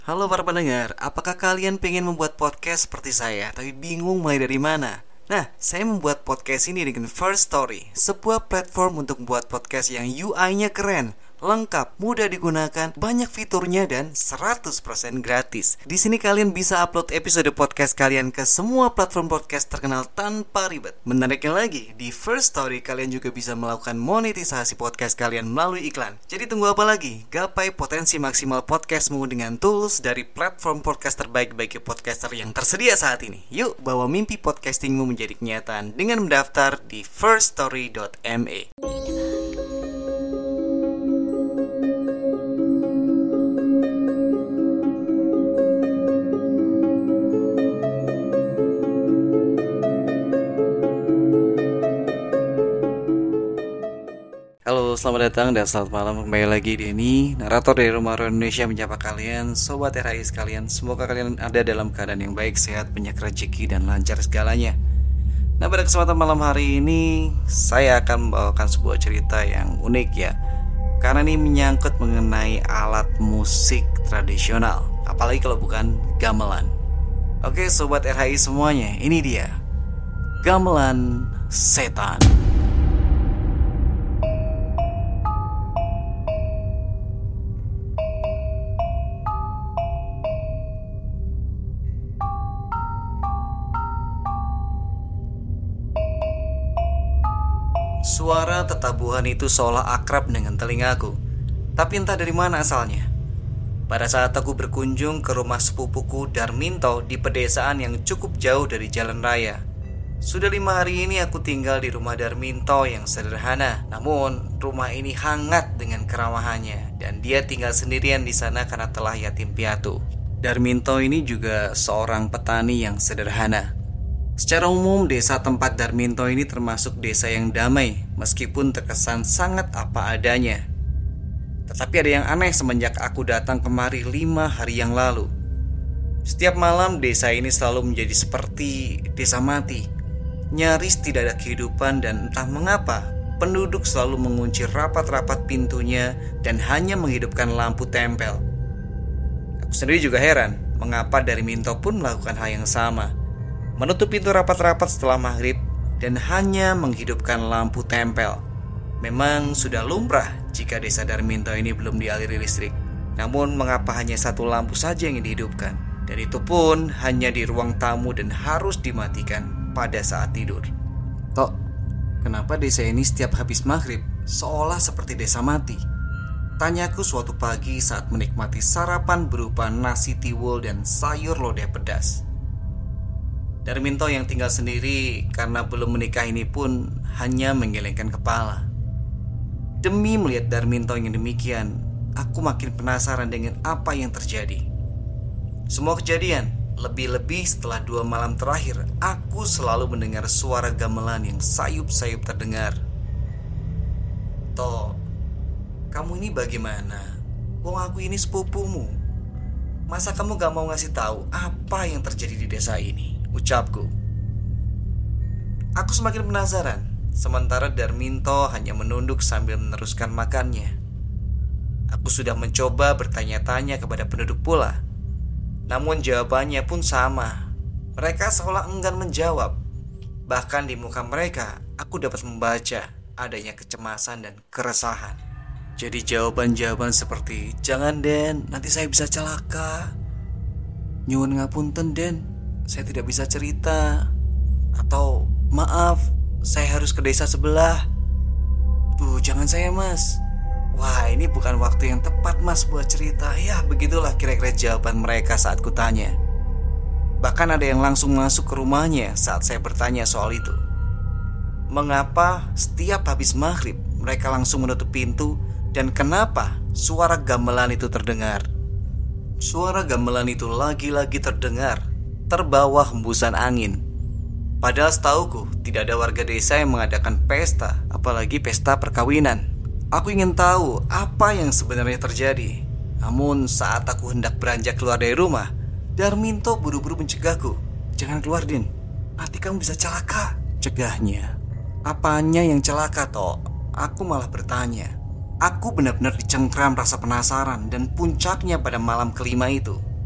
Halo para pendengar, apakah kalian pengen membuat podcast seperti saya, tapi bingung mulai dari mana? Nah, saya membuat podcast ini dengan First Story, sebuah platform untuk membuat podcast yang UI-nya keren, lengkap, mudah digunakan, banyak fiturnya dan 100% gratis. Di sini kalian bisa upload episode podcast kalian ke semua platform podcast terkenal tanpa ribet. Menariknya lagi, di First Story kalian juga bisa melakukan monetisasi podcast kalian melalui iklan. Jadi tunggu apa lagi? Gapai potensi maksimal podcastmu dengan tools dari platform podcast terbaik bagi podcaster yang tersedia saat ini. Yuk, bawa mimpi podcastingmu menjadi kenyataan dengan mendaftar di firststory.me. Halo, selamat datang dan selamat malam. Kembali lagi Denny, narator dari Rumah Horor Indonesia, menyapa kalian, Sobat RHI sekalian. Semoga kalian ada dalam keadaan yang baik, sehat, banyak rezeki, dan lancar segalanya. Nah, pada kesempatan malam hari ini saya akan membawakan sebuah cerita yang unik ya, karena ini menyangkut mengenai alat musik tradisional, apalagi kalau bukan gamelan. Oke Sobat RHI semuanya, ini dia Gamelan Setan. Suara tetabuhan itu seolah akrab dengan telingaku, tapi entah dari mana asalnya. Pada saat aku berkunjung ke rumah sepupuku Darminto di pedesaan yang cukup jauh dari jalan raya. Sudah 5 hari ini aku tinggal di rumah Darminto yang sederhana, namun rumah ini hangat dengan keramahannya, dan dia tinggal sendirian di sana karena telah yatim piatu. Darminto ini juga seorang petani yang sederhana. Secara umum, desa tempat Darminto ini termasuk desa yang damai, meskipun terkesan sangat apa adanya. Tetapi ada yang aneh semenjak aku datang kemari 5 hari yang lalu. Setiap malam desa ini selalu menjadi seperti desa mati. Nyaris tidak ada kehidupan dan entah mengapa penduduk selalu mengunci rapat-rapat pintunya dan hanya menghidupkan lampu tempel. Aku sendiri juga heran mengapa Darminto pun melakukan hal yang sama, menutup pintu rapat-rapat setelah maghrib dan hanya menghidupkan lampu tempel. Memang sudah lumrah jika desa Darminto ini belum dialiri listrik. Namun mengapa hanya satu lampu saja yang dihidupkan? Dan itu pun hanya di ruang tamu dan harus dimatikan pada saat tidur. Tok, kenapa desa ini setiap habis maghrib seolah seperti desa mati? Tanyaku suatu pagi saat menikmati sarapan berupa nasi tiwul dan sayur lodeh pedas. Darminto yang tinggal sendiri karena belum menikah ini pun hanya menggelengkan kepala. Demi melihat Darminto yang demikian, aku makin penasaran dengan apa yang terjadi. Semua kejadian, lebih-lebih setelah 2 malam terakhir, aku selalu mendengar suara gamelan yang sayup-sayup terdengar. Toh, kamu ini bagaimana? Wong aku ini sepupumu. Masa kamu gak mau ngasih tahu apa yang terjadi di desa ini? Ucapku. Aku semakin penasaran, sementara Darminto hanya menunduk sambil meneruskan makannya. Aku sudah mencoba bertanya-tanya kepada penduduk pula, namun jawabannya pun sama. Mereka seolah enggan menjawab. Bahkan di muka mereka aku dapat membaca adanya kecemasan dan keresahan. Jadi jawaban-jawaban seperti, "Jangan Den, nanti saya bisa celaka." "Nyuwun ngapunten Den, saya tidak bisa cerita." Atau, "Maaf, saya harus ke desa sebelah." "Duh, jangan saya Mas." "Wah, ini bukan waktu yang tepat Mas buat cerita." Ya, begitulah kira-kira jawaban mereka saat kutanya. Bahkan ada yang langsung masuk ke rumahnya saat saya bertanya soal itu. Mengapa setiap habis maghrib mereka langsung menutup pintu, dan kenapa suara gamelan itu terdengar? Suara gamelan itu lagi-lagi terdengar terbawa hembusan angin. Padahal setauku tidak ada warga desa yang mengadakan pesta, apalagi pesta perkawinan. Aku ingin tahu apa yang sebenarnya terjadi. Namun saat aku hendak beranjak keluar dari rumah, Darminto buru-buru mencegahku. "Jangan keluar Din, nanti kamu bisa celaka," cegahnya. "Apanya yang celaka Tok?" Aku malah bertanya. Aku benar-benar dicengkram rasa penasaran, dan puncaknya pada malam kelima itu,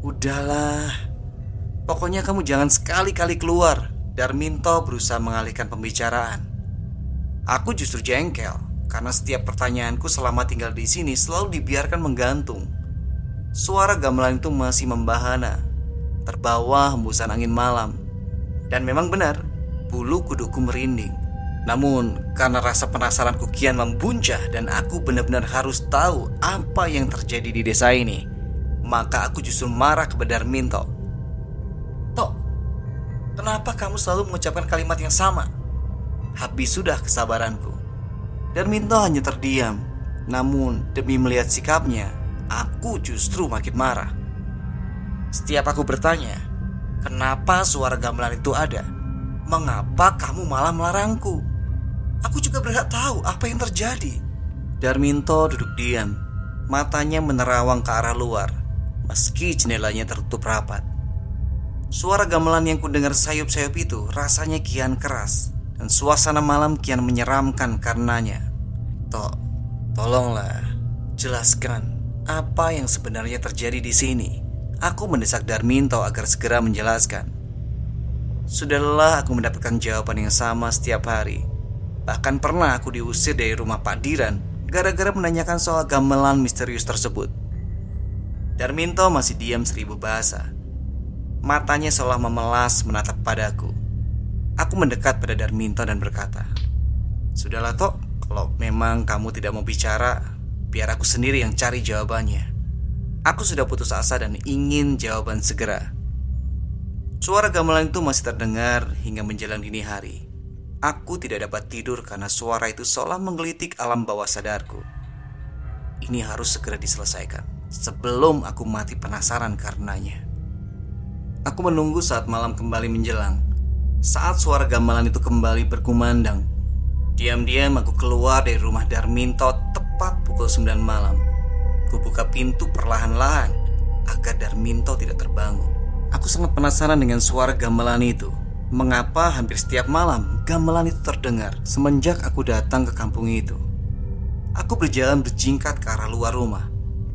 Udahlah, pokoknya kamu jangan sekali-kali keluar. Darminto berusaha mengalihkan pembicaraan. Aku justru jengkel karena setiap pertanyaanku selama tinggal di sini selalu dibiarkan menggantung. Suara gamelan itu masih membahana, terbawa hembusan angin malam. Dan memang benar, bulu kuduku merinding. Namun karena rasa penasaranku kian membuncah dan aku benar-benar harus tahu apa yang terjadi di desa ini, maka aku justru marah kepada Darminto. Tok, kenapa kamu selalu mengucapkan kalimat yang sama? Habis sudah kesabaranku. Darminto hanya terdiam. Namun demi melihat sikapnya, aku justru makin marah. Setiap aku bertanya, kenapa suara gamelan itu ada? Mengapa kamu malah melarangku? Aku juga berhak tahu apa yang terjadi. Darminto duduk diam, matanya menerawang ke arah luar, meski jendelanya tertutup rapat. Suara gamelan yang kudengar sayup-sayup itu rasanya kian keras, dan suasana malam kian menyeramkan karenanya. Tok, tolonglah, jelaskan apa yang sebenarnya terjadi di sini. Aku mendesak Darminto agar segera menjelaskan. Sudah lelah aku mendapatkan jawaban yang sama setiap hari. Bahkan pernah aku diusir dari rumah Pak Diran gara-gara menanyakan soal gamelan misterius tersebut. Darminto masih diam seribu bahasa. Matanya seolah memelas menatap padaku. Aku mendekat pada Darminto dan berkata, "Sudahlah Tok, kalau memang kamu tidak mau bicara, biar aku sendiri yang cari jawabannya." Aku sudah putus asa dan ingin jawaban segera. Suara gamelan itu masih terdengar hingga menjelang dini hari. Aku tidak dapat tidur karena suara itu seolah menggelitik alam bawah sadarku. Ini harus segera diselesaikan sebelum aku mati penasaran karenanya. Aku menunggu saat malam kembali menjelang. Saat suara gamelan itu kembali berkumandang, diam-diam aku keluar dari rumah Darminto tepat pukul 9 malam. Kubuka pintu perlahan-lahan agar Darminto tidak terbangun. Aku sangat penasaran dengan suara gamelan itu. Mengapa hampir setiap malam gamelan itu terdengar semenjak aku datang ke kampung itu? Aku berjalan berjingkat ke arah luar rumah.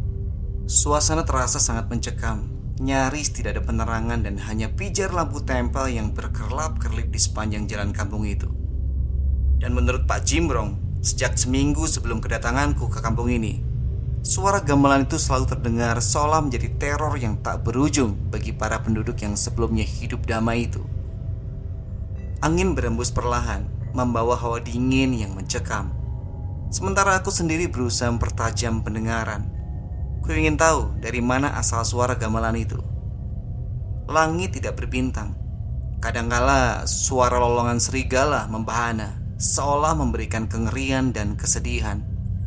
Suasana terasa sangat mencekam. Nyaris tidak ada penerangan dan hanya pijar lampu tempel yang berkerlap-kerlip di sepanjang jalan kampung itu. Dan menurut Pak Jimbrong, sejak seminggu sebelum kedatanganku ke kampung ini, suara gamelan itu selalu terdengar seolah menjadi teror yang tak berujung bagi para penduduk yang sebelumnya hidup damai itu. Angin berembus perlahan, membawa hawa dingin yang mencekam. Sementara aku sendiri berusaha mempertajam pendengaran. Ku ingin tahu dari mana asal suara gamelan itu. Langit tidak berbintang. Kadangkala suara lolongan serigala membahana, seolah memberikan kengerian dan kesedihan.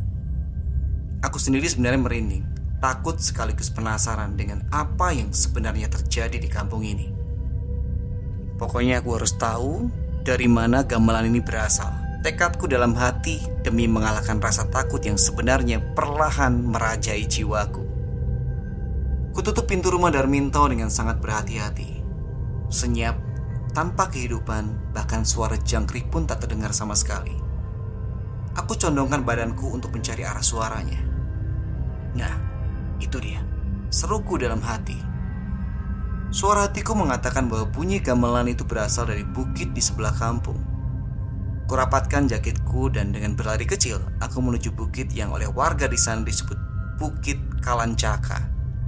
Aku sendiri sebenarnya merinding, takut sekaligus penasaran dengan apa yang sebenarnya terjadi di kampung ini. Pokoknya aku harus tahu dari mana gamelan ini berasal. Tekadku dalam hati demi mengalahkan rasa takut yang sebenarnya perlahan merajai jiwaku. Kututup pintu rumah Darminto dengan sangat berhati-hati. Senyap, tanpa kehidupan, bahkan suara jangkrik pun tak terdengar sama sekali. Aku condongkan badanku untuk mencari arah suaranya. Nah, itu dia, seruku dalam hati. Suara hatiku mengatakan bahwa bunyi gamelan itu berasal dari bukit di sebelah kampung. Kurapatkan jaketku dan dengan berlari kecil, aku menuju bukit yang oleh warga di sana disebut Bukit Kalancaka.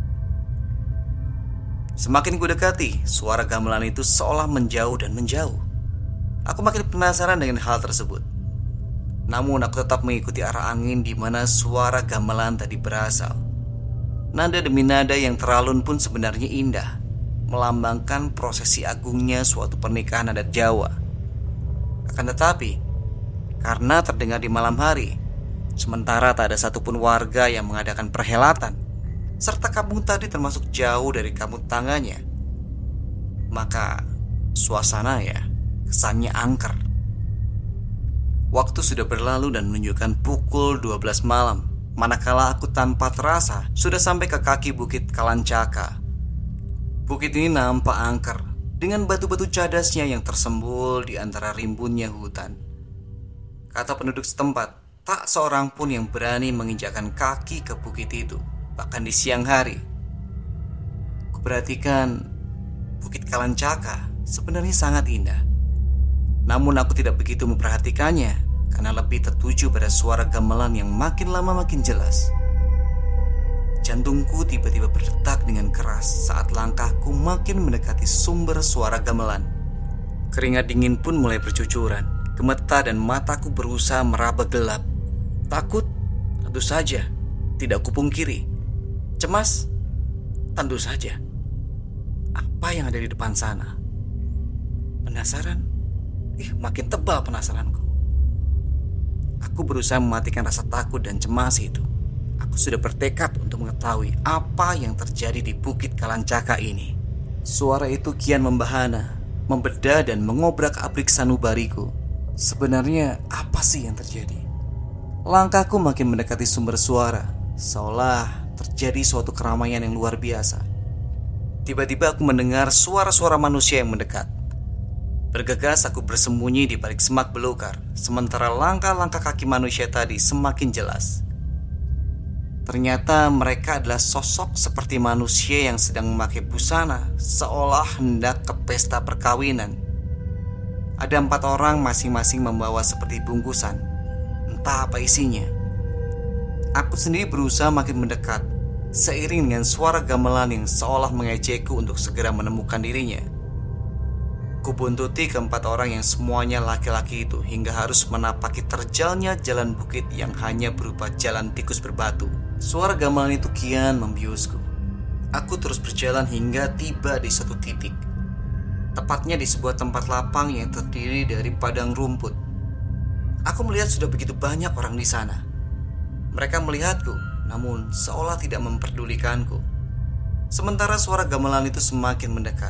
Semakin ku dekati, suara gamelan itu seolah menjauh dan menjauh. Aku makin penasaran dengan hal tersebut. Namun aku tetap mengikuti arah angin di mana suara gamelan tadi berasal. Nada demi nada yang teralun pun sebenarnya indah, melambangkan prosesi agungnya suatu pernikahan adat Jawa. Akan tetapi, karena terdengar di malam hari, sementara tak ada satupun warga yang mengadakan perhelatan, serta kampung tadi termasuk jauh dari kampung tangganya, maka suasana kesannya angker. Waktu sudah berlalu dan menunjukkan pukul 12 malam, manakala aku tanpa terasa sudah sampai ke kaki Bukit Kalancaka. Bukit ini nampak angker dengan batu-batu cadasnya yang tersembul di antara rimbunnya hutan. Kata penduduk setempat, tak seorang pun yang berani menginjakkan kaki ke bukit itu, bahkan di siang hari. perhatikan, Bukit Kalancaka sebenarnya sangat indah. Namun aku tidak begitu memperhatikannya karena lebih tertuju pada suara gamelan yang makin lama makin jelas. Jantungku tiba-tiba berdetak dengan keras saat langkahku makin mendekati sumber suara gamelan. Keringat dingin pun mulai bercucuran. Gemetar dan mataku berusaha meraba gelap. Takut? Tentu saja. Tidak kupungkiri. Cemas? Tentu saja. Apa yang ada di depan sana? Penasaran? Makin tebal penasaranku. Aku berusaha mematikan rasa takut dan cemas itu. Aku sudah bertekad untuk mengetahui apa yang terjadi di Bukit Kalancaka ini. Suara itu kian membahana, membedah dan mengobrak-abrik sanubariku. Sebenarnya apa sih yang terjadi? Langkahku makin mendekati sumber suara, seolah terjadi suatu keramaian yang luar biasa. Tiba-tiba aku mendengar suara-suara manusia yang mendekat. Bergegas aku bersembunyi di balik semak belukar, sementara langkah-langkah kaki manusia tadi semakin jelas. Ternyata mereka adalah sosok seperti manusia yang sedang memakai busana, seolah hendak ke pesta perkawinan. Ada 4 orang masing-masing membawa seperti bungkusan, entah apa isinya. Aku sendiri berusaha makin mendekat, seiring dengan suara gamelan yang seolah mengejekku untuk segera menemukan dirinya. Kubuntuti ke 4 orang yang semuanya laki-laki itu hingga harus menapaki terjalnya jalan bukit yang hanya berupa jalan tikus berbatu. Suara gamelan itu kian membiusku. Aku terus berjalan hingga tiba di suatu titik, tepatnya di sebuah tempat lapang yang terdiri dari padang rumput. Aku melihat sudah begitu banyak orang di sana. Mereka melihatku, namun seolah tidak memperdulikanku. Sementara suara gamelan itu semakin mendekat.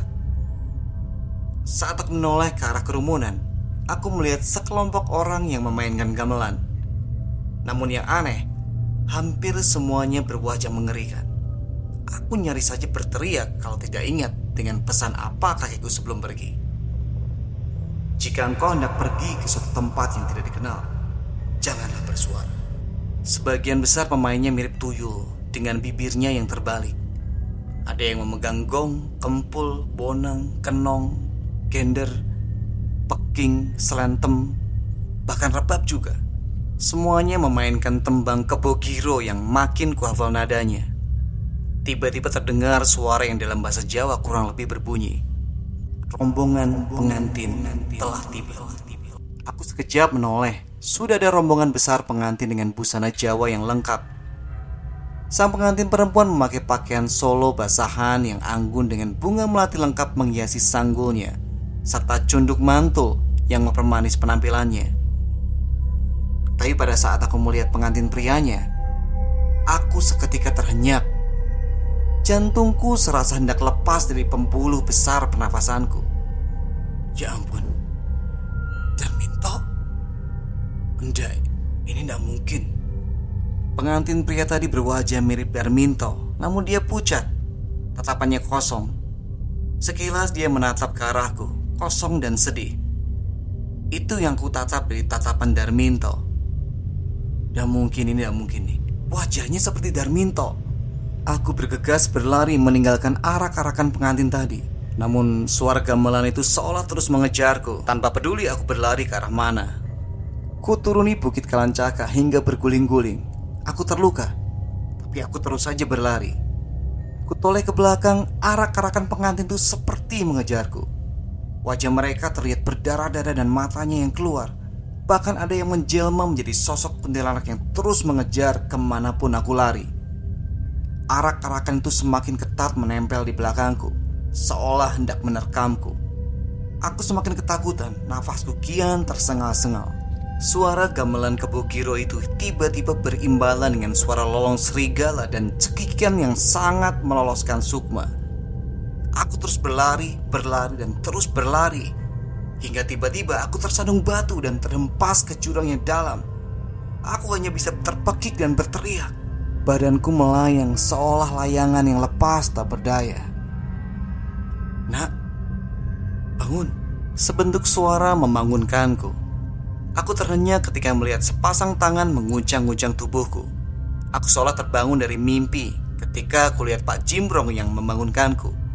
Saat aku menoleh ke arah kerumunan, aku melihat sekelompok orang yang memainkan gamelan. Namun yang aneh, hampir semuanya berwajah mengerikan. Aku nyaris saja berteriak kalau tidak ingat dengan pesan apa kakekku sebelum pergi. Jika engkau hendak pergi ke suatu tempat yang tidak dikenal, janganlah bersuara. Sebagian besar pemainnya mirip tuyul dengan bibirnya yang terbalik. Ada yang memegang gong, kempul, bonang, kenong, gender, peking, selentem, bahkan rebab juga. Semuanya memainkan tembang kebogiro yang makin kuhafal nadanya. Tiba-tiba terdengar suara yang dalam bahasa Jawa kurang lebih berbunyi, rombongan pengantin telah tiba. Aku sekejap menoleh. Sudah ada rombongan besar pengantin dengan busana Jawa yang lengkap. Sang pengantin perempuan memakai pakaian solo basahan yang anggun dengan bunga melati lengkap menghiasi sanggulnya, serta cunduk mantul yang mempermanis penampilannya. Tapi pada saat aku melihat pengantin prianya, aku seketika terhenyak. Jantungku serasa hendak lepas dari pembuluh besar pernafasanku. Ya ampun, Darminto? Enggak, ini tidak mungkin. Pengantin pria tadi berwajah mirip Darminto, namun dia pucat, tatapannya kosong. Sekilas dia menatap ke arahku, kosong dan sedih. Itu yang ku tatap dari tatapan Darminto. Tidak mungkin ini, tidak mungkin nih. Wajahnya seperti Darminto. Aku bergegas berlari meninggalkan arak-arakan pengantin tadi. Namun suara gamelan itu seolah terus mengejarku, tanpa peduli aku berlari ke arah mana. Ku turuni Bukit Kalancaka hingga berguling-guling. Aku terluka, tapi aku terus saja berlari. Ku toleh ke belakang, arak-arakan pengantin itu seperti mengejarku. Wajah mereka terlihat berdarah-darah dan matanya yang keluar. Bahkan ada yang menjelma menjadi sosok kuntilanak yang terus mengejar kemanapun aku lari. Arak-arakan itu semakin ketat menempel di belakangku, seolah hendak menerkamku. Aku semakin ketakutan, nafasku kian tersengal-sengal. Suara gamelan kebogiro itu tiba-tiba berimbalan dengan suara lolong serigala dan cekikikan yang sangat meloloskan sukma. Aku terus berlari dan terus berlari, hingga tiba-tiba aku tersandung batu dan terhempas ke jurang yang dalam. Aku hanya bisa terpekik dan berteriak. Badanku melayang seolah layangan yang lepas tak berdaya. Nak, bangun. Sebentuk suara membangunkanku. Aku terhenyak ketika melihat sepasang tangan menguncang-uncang tubuhku. Aku seolah terbangun dari mimpi ketika aku lihat Pak Jimbrong yang membangunkanku.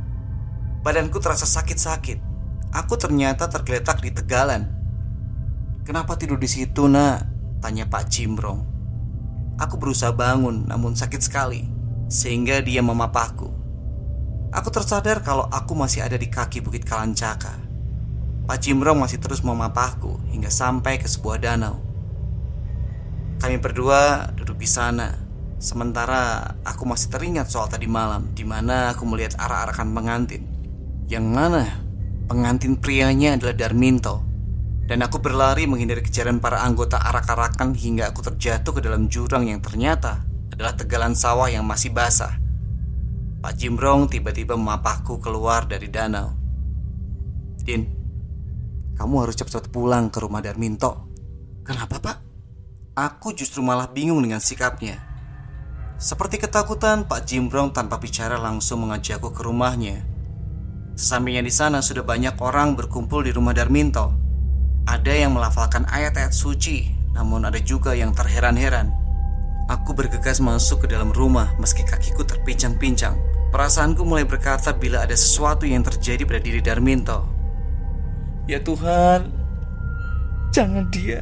Badanku terasa sakit-sakit. Aku ternyata tergeletak di tegalan. "Kenapa tidur di situ, Nak?" tanya Pak Cimbrong. Aku berusaha bangun, namun sakit sekali, sehingga dia memapahku. Aku tersadar kalau aku masih ada di kaki Bukit Kalancaka. Pak Cimbrong masih terus memapahku hingga sampai ke sebuah danau. Kami berdua duduk di sana, sementara aku masih teringat soal tadi malam, di mana aku melihat arak-arakan pengantin. Yang mana pengantin prianya adalah Darminto. Dan aku berlari menghindari kejaran para anggota arak-arakan hingga aku terjatuh ke dalam jurang yang ternyata adalah tegalan sawah yang masih basah. Pak Cimbrong tiba-tiba memapahku keluar dari danau. "Din, kamu harus cepat-cepat pulang ke rumah Darminto." "Kenapa, Pak?" Aku justru malah bingung dengan sikapnya. Seperti ketakutan, Pak Cimbrong tanpa bicara langsung mengajakku ke rumahnya. Sesampainya di sana sudah banyak orang berkumpul di rumah Darminto. Ada yang melafalkan ayat-ayat suci, namun ada juga yang terheran-heran. Aku bergegas masuk ke dalam rumah meski kakiku terpincang-pincang. Perasaanku mulai berkata bila ada sesuatu yang terjadi pada diri Darminto. "Ya Tuhan, jangan dia.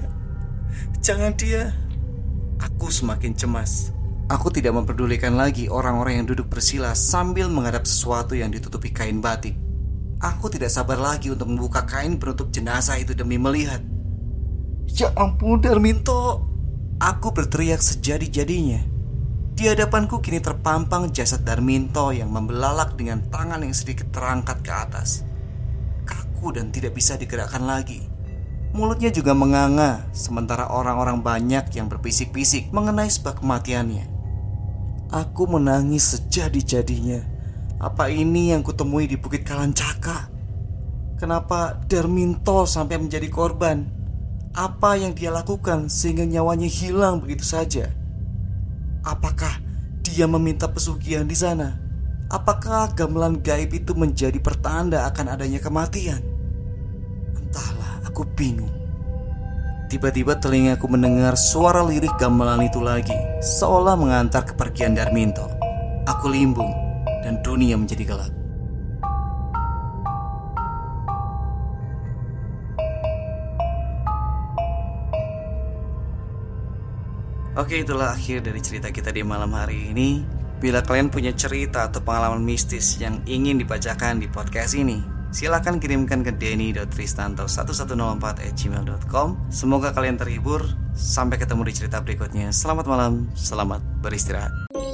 Aku semakin cemas. Aku tidak memperdulikan lagi orang-orang yang duduk bersila sambil menghadap sesuatu yang ditutupi kain batik. Aku tidak sabar lagi untuk membuka kain penutup jenazah itu demi melihat. "Ya ampun, Darminto!" Aku berteriak sejadi-jadinya. Di hadapanku kini terpampang jasad Darminto yang membelalak dengan tangan yang sedikit terangkat ke atas. Kaku dan tidak bisa digerakkan lagi. Mulutnya juga menganga, sementara orang-orang banyak yang berbisik-bisik mengenai sebab kematiannya. Aku menangis sejadi-jadinya. Apa ini yang kutemui di Bukit Kalancaka? Kenapa Darminto sampai menjadi korban? Apa yang dia lakukan sehingga nyawanya hilang begitu saja? Apakah dia meminta pesugihan di sana? Apakah gamelan gaib itu menjadi pertanda akan adanya kematian? Entahlah, aku bingung. Tiba-tiba telingaku mendengar suara lirik gamelan itu lagi, seolah mengantar kepergian Darminto. Aku limbung dan dunia menjadi gelap. Oke, itulah akhir dari cerita kita di malam hari ini. Bila kalian punya cerita atau pengalaman mistis yang ingin dibacakan di podcast ini, silakan kirimkan ke denny.tristanto1104@gmail.com. Semoga kalian terhibur. Sampai ketemu di cerita berikutnya. Selamat malam, selamat beristirahat.